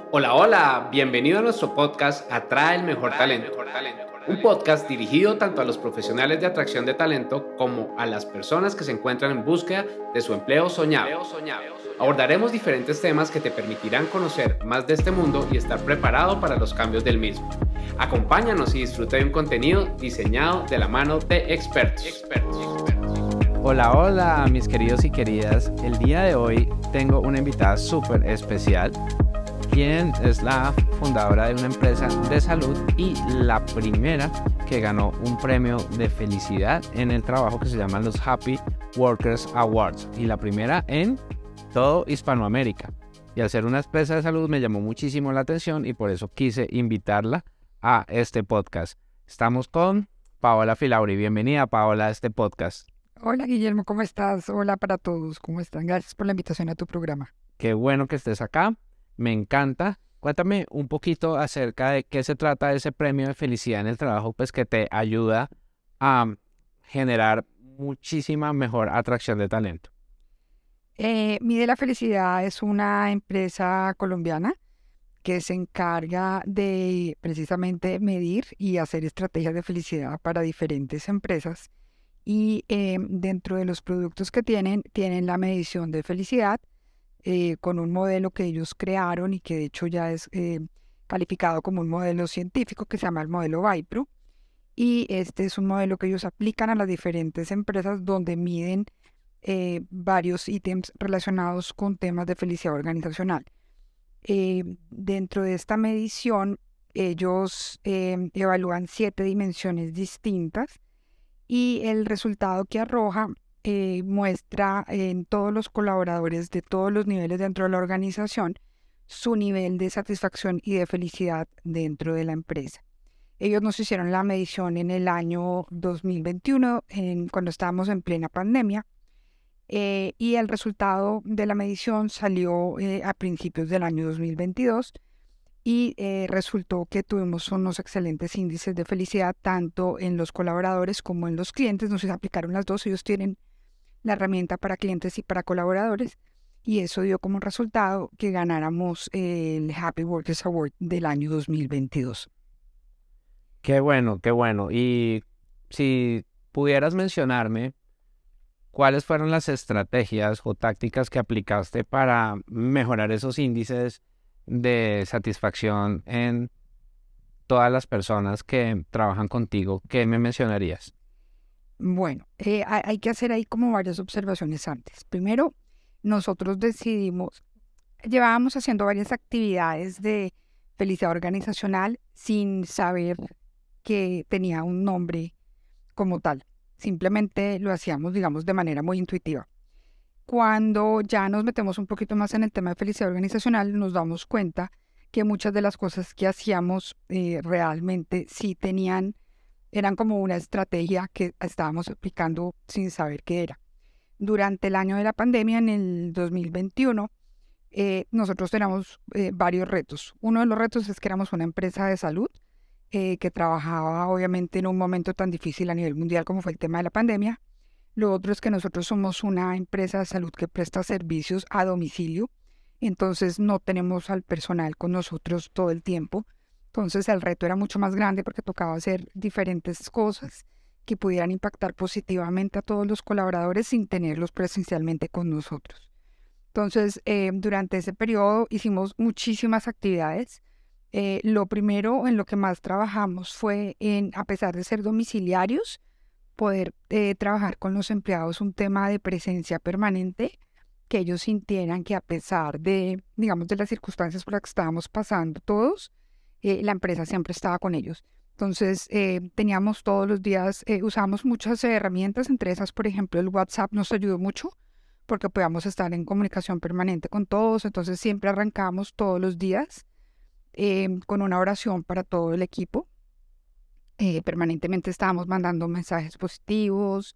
Hola, hola, bienvenido a nuestro podcast Atrae el Mejor Talento. Un podcast dirigido tanto a los profesionales de atracción de talento como a las personas que se encuentran en búsqueda de su empleo soñado. Abordaremos diferentes temas que te permitirán conocer más de este mundo y estar preparado para los cambios del mismo. Acompáñanos y disfruta de un contenido diseñado de la mano de expertos. Hola, hola, mis queridos y queridas. El día de hoy tengo una invitada súper especial, quien es la fundadora de una empresa de salud y la primera que ganó un premio de felicidad en el trabajo que se llama los Happy Workers Awards, y la primera en todo Hispanoamérica. Y al ser una empresa de salud me llamó muchísimo la atención y por eso quise invitarla a este podcast. Estamos con Paola Filauri. Bienvenida, Paola, a este podcast. Hola Guillermo, ¿cómo estás? Hola para todos, ¿cómo están? Gracias por la invitación a tu programa. Qué bueno que estés acá, me encanta. Cuéntame un poquito acerca de qué se trata ese premio de felicidad en el trabajo, pues que te ayuda a generar muchísima mejor atracción de talento. Mide la Felicidad es una empresa colombiana que se encarga de precisamente medir y hacer estrategias de felicidad para diferentes empresas. Y dentro de los productos que tienen la medición de felicidad con un modelo que ellos crearon y que de hecho ya es calificado como un modelo científico que se llama el modelo Vipro. Y este es un modelo que ellos aplican a las diferentes empresas donde miden varios ítems relacionados con temas de felicidad organizacional. Dentro de esta medición, ellos evalúan 7 dimensiones distintas y el resultado que arroja muestra en todos los colaboradores de todos los niveles dentro de la organización su nivel de satisfacción y de felicidad dentro de la empresa. Ellos nos hicieron la medición en el año 2021, cuando estábamos en plena pandemia, y el resultado de la medición salió a principios del año 2022 y resultó que tuvimos unos excelentes índices de felicidad tanto en los colaboradores como en los clientes. Nos aplicaron las dos, ellos tienen la herramienta para clientes y para colaboradores, y eso dio como resultado que ganáramos el Happy Workers Award del año 2022. Qué bueno, qué bueno. Y si pudieras mencionarme cuáles fueron las estrategias o tácticas que aplicaste para mejorar esos índices de satisfacción en todas las personas que trabajan contigo, ¿qué me mencionarías? Bueno, hay que hacer ahí como varias observaciones antes. Primero, nosotros llevábamos haciendo varias actividades de felicidad organizacional sin saber que tenía un nombre como tal. Simplemente lo hacíamos, digamos, de manera muy intuitiva. Cuando ya nos metemos un poquito más en el tema de felicidad organizacional, nos damos cuenta que muchas de las cosas que hacíamos realmente sí eran como una estrategia que estábamos aplicando sin saber qué era. Durante el año de la pandemia, en el 2021, nosotros teníamos varios retos. Uno de los retos es que éramos una empresa de salud que trabajaba obviamente en un momento tan difícil a nivel mundial como fue el tema de la pandemia. Lo otro es que nosotros somos una empresa de salud que presta servicios a domicilio, entonces no tenemos al personal con nosotros todo el tiempo. Entonces el reto era mucho más grande porque tocaba hacer diferentes cosas que pudieran impactar positivamente a todos los colaboradores sin tenerlos presencialmente con nosotros. Entonces, durante ese periodo hicimos muchísimas actividades. Lo primero en lo que más trabajamos fue a pesar de ser domiciliarios, poder trabajar con los empleados un tema de presencia permanente, que ellos sintieran que a pesar de, digamos, de las circunstancias por las que estábamos pasando todos, la empresa siempre estaba con ellos. Entonces, teníamos todos los días, usábamos muchas herramientas, entre esas, por ejemplo, el WhatsApp nos ayudó mucho porque podíamos estar en comunicación permanente con todos. Entonces, siempre arrancábamos todos los días con una oración para todo el equipo. Permanentemente estábamos mandando mensajes positivos,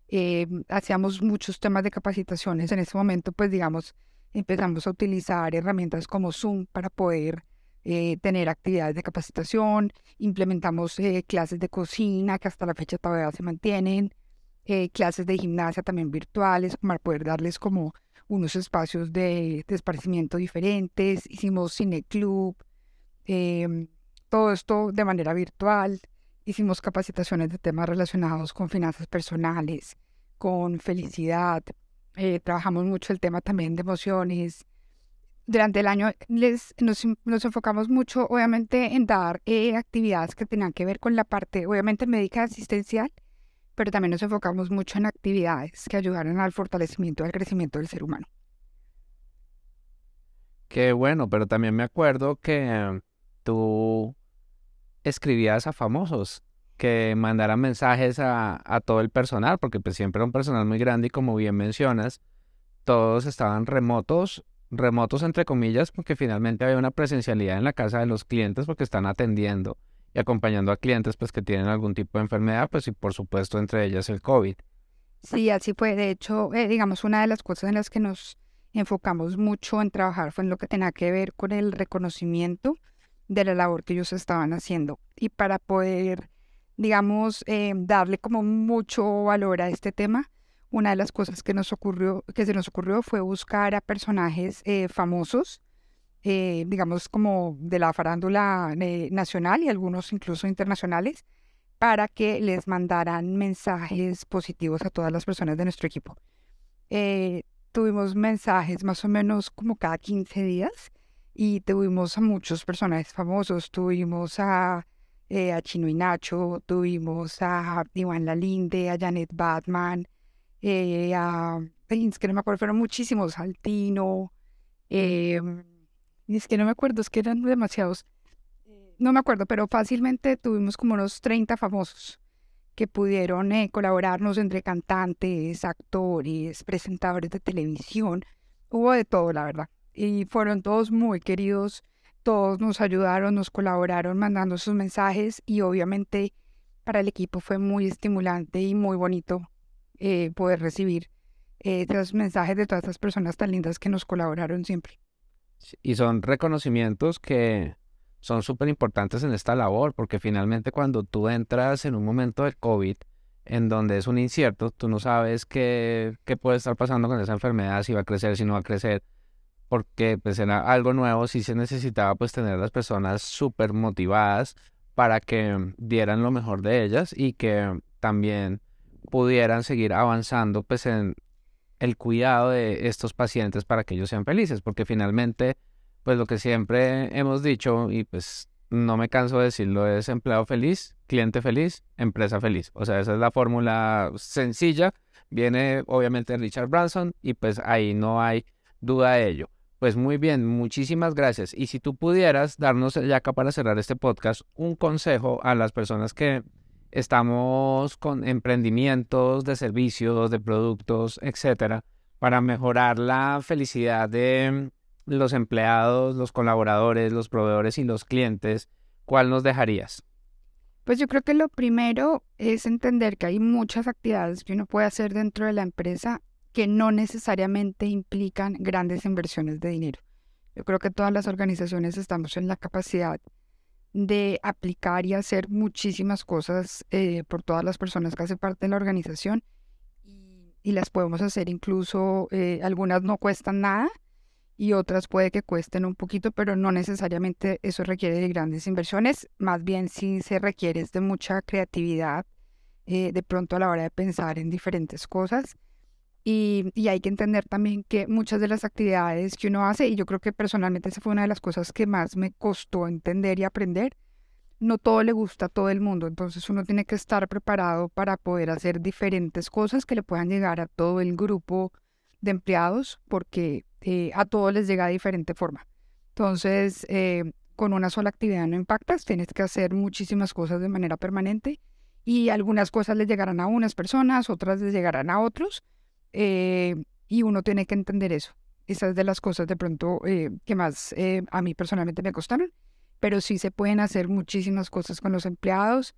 hacíamos muchos temas de capacitaciones. En ese momento, pues digamos, empezamos a utilizar herramientas como Zoom para poder tener actividades de capacitación, implementamos clases de cocina que hasta la fecha todavía se mantienen, clases de gimnasia también virtuales para poder darles como unos espacios de esparcimiento diferentes, hicimos cineclub, todo esto de manera virtual, hicimos capacitaciones de temas relacionados con finanzas personales, con felicidad, trabajamos mucho el tema también de emociones. Durante el año nos enfocamos mucho, obviamente, en dar actividades que tenían que ver con la parte, obviamente, médica asistencial, pero también nos enfocamos mucho en actividades que ayudaran al fortalecimiento, al crecimiento del ser humano. Qué bueno, pero también me acuerdo que tú escribías a famosos que mandaran mensajes a todo el personal, porque pues siempre era un personal muy grande y como bien mencionas, todos estaban remotos entre comillas, porque finalmente había una presencialidad en la casa de los clientes porque están atendiendo y acompañando a clientes pues que tienen algún tipo de enfermedad, pues y por supuesto entre ellas el COVID. Sí, así fue. De hecho, digamos, una de las cosas en las que nos enfocamos mucho en trabajar fue en lo que tenía que ver con el reconocimiento de la labor que ellos estaban haciendo. Y para poder, digamos, darle como mucho valor a este tema, una de las cosas que se nos ocurrió fue buscar a personajes famosos, digamos, como de la farándula nacional y algunos incluso internacionales, para que les mandaran mensajes positivos a todas las personas de nuestro equipo. Tuvimos mensajes más o menos como cada 15 días y tuvimos a muchos personajes famosos. Tuvimos a Chino y Nacho, tuvimos a Iván Lalinde, a Janet Batman, es que no me acuerdo, fueron muchísimos, al Tino, y es que no me acuerdo, es que eran demasiados. No me acuerdo, pero fácilmente tuvimos como unos 30 famosos que pudieron colaborarnos entre cantantes, actores, presentadores de televisión. Hubo de todo, la verdad. Y fueron todos muy queridos, todos nos ayudaron, nos colaboraron mandando sus mensajes y obviamente para el equipo fue muy estimulante y muy bonito poder recibir esos mensajes de todas esas personas tan lindas que nos colaboraron siempre. Y son reconocimientos que son súper importantes en esta labor, porque finalmente cuando tú entras en un momento del COVID, en donde es un incierto, tú no sabes qué puede estar pasando con esa enfermedad, si va a crecer, si no va a crecer, porque pues era algo nuevo, sí se necesitaba pues tener a las personas súper motivadas para que dieran lo mejor de ellas y que también pudieran seguir avanzando pues en el cuidado de estos pacientes para que ellos sean felices, porque finalmente, pues lo que siempre hemos dicho, y pues no me canso de decirlo, es empleado feliz, cliente feliz, empresa feliz. O sea, esa es la fórmula sencilla, viene obviamente de Richard Branson y pues ahí no hay duda de ello. Pues muy bien, muchísimas gracias. Y si tú pudieras darnos ya acá para cerrar este podcast un consejo a las personas que estamos con emprendimientos de servicios, de productos, etcétera, para mejorar la felicidad de los empleados, los colaboradores, los proveedores y los clientes, ¿cuál nos dejarías? Pues yo creo que lo primero es entender que hay muchas actividades que uno puede hacer dentro de la empresa que no necesariamente implican grandes inversiones de dinero. Yo creo que todas las organizaciones estamos en la capacidad de aplicar y hacer muchísimas cosas por todas las personas que hacen parte de la organización y las podemos hacer incluso, algunas no cuestan nada y otras puede que cuesten un poquito, pero no necesariamente eso requiere de grandes inversiones, más bien sí se requiere de mucha creatividad de pronto a la hora de pensar en diferentes cosas. Y hay que entender también que muchas de las actividades que uno hace, y yo creo que personalmente esa fue una de las cosas que más me costó entender y aprender, no todo le gusta a todo el mundo, entonces uno tiene que estar preparado para poder hacer diferentes cosas que le puedan llegar a todo el grupo de empleados, porque a todos les llega de diferente forma. Entonces, con una sola actividad no impactas, tienes que hacer muchísimas cosas de manera permanente y algunas cosas les llegarán a unas personas, otras les llegarán a otros. Y uno tiene que entender eso. Esa es de las cosas de pronto que más a mí personalmente me costaron, pero sí se pueden hacer muchísimas cosas con los empleados.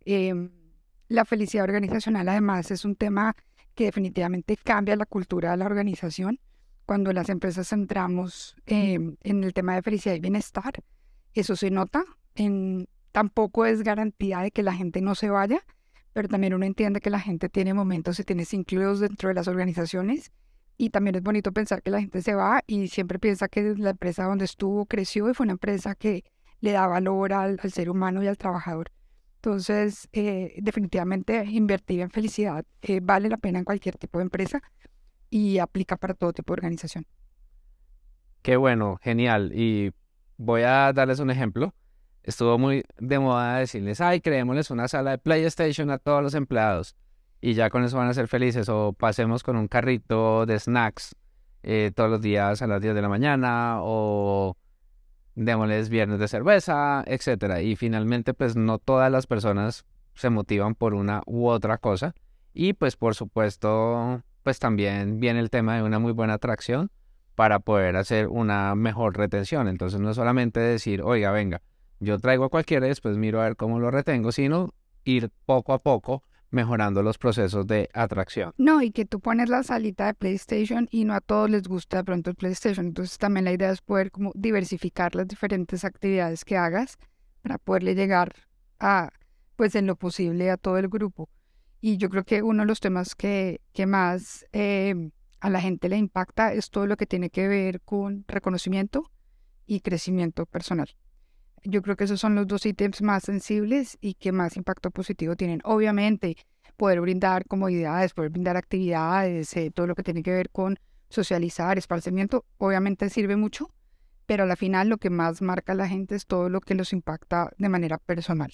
La felicidad organizacional además es un tema que definitivamente cambia la cultura de la organización. Cuando las empresas centramos en el tema de felicidad y bienestar, eso se nota. Tampoco es garantía de que la gente no se vaya, pero también uno entiende que la gente tiene momentos y tiene ciclos dentro de las organizaciones Y también es bonito pensar que la gente se va y siempre piensa que la empresa donde estuvo creció y fue una empresa que le da valor al ser humano y al trabajador. Entonces, definitivamente invertir en felicidad vale la pena en cualquier tipo de empresa y aplica para todo tipo de organización. Qué bueno, genial. Y voy a darles un ejemplo. Estuvo muy de moda decirles, ay, creémosles una sala de PlayStation a todos los empleados y ya con eso van a ser felices. O pasemos con un carrito de snacks todos los días a las 10 de la mañana, o démosles viernes de cerveza, etcétera. Y finalmente, pues no todas las personas se motivan por una u otra cosa. Y pues por supuesto, pues también viene el tema de una muy buena atracción para poder hacer una mejor retención. Entonces no es solamente decir, oiga, venga, yo traigo a cualquiera y después miro a ver cómo lo retengo, sino ir poco a poco mejorando los procesos de atracción. No, y que tú pones la salita de PlayStation y no a todos les gusta de pronto el PlayStation. Entonces también la idea es poder como diversificar las diferentes actividades que hagas para poderle llegar a, pues en lo posible a todo el grupo. Y yo creo que uno de los temas que más a la gente le impacta es todo lo que tiene que ver con reconocimiento y crecimiento personal. Yo creo que esos son los dos ítems más sensibles y que más impacto positivo tienen. Obviamente, poder brindar comodidades, poder brindar actividades, todo lo que tiene que ver con socializar, esparcimiento, obviamente sirve mucho, pero a la final lo que más marca a la gente es todo lo que los impacta de manera personal.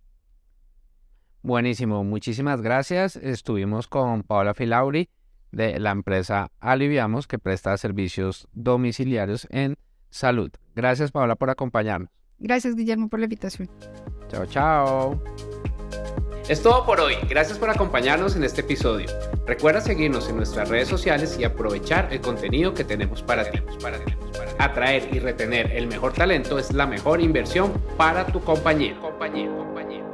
Buenísimo, muchísimas gracias. Estuvimos con Paola Filauri de la empresa Aliviamos, que presta servicios domiciliarios en salud. Gracias, Paola, por acompañarnos. Gracias, Guillermo, por la invitación. Chao, chao. Es todo por hoy. Gracias por acompañarnos en este episodio. Recuerda seguirnos en nuestras redes sociales y aprovechar el contenido que tenemos para ti. Atraer y retener el mejor talento es la mejor inversión para tu compañía.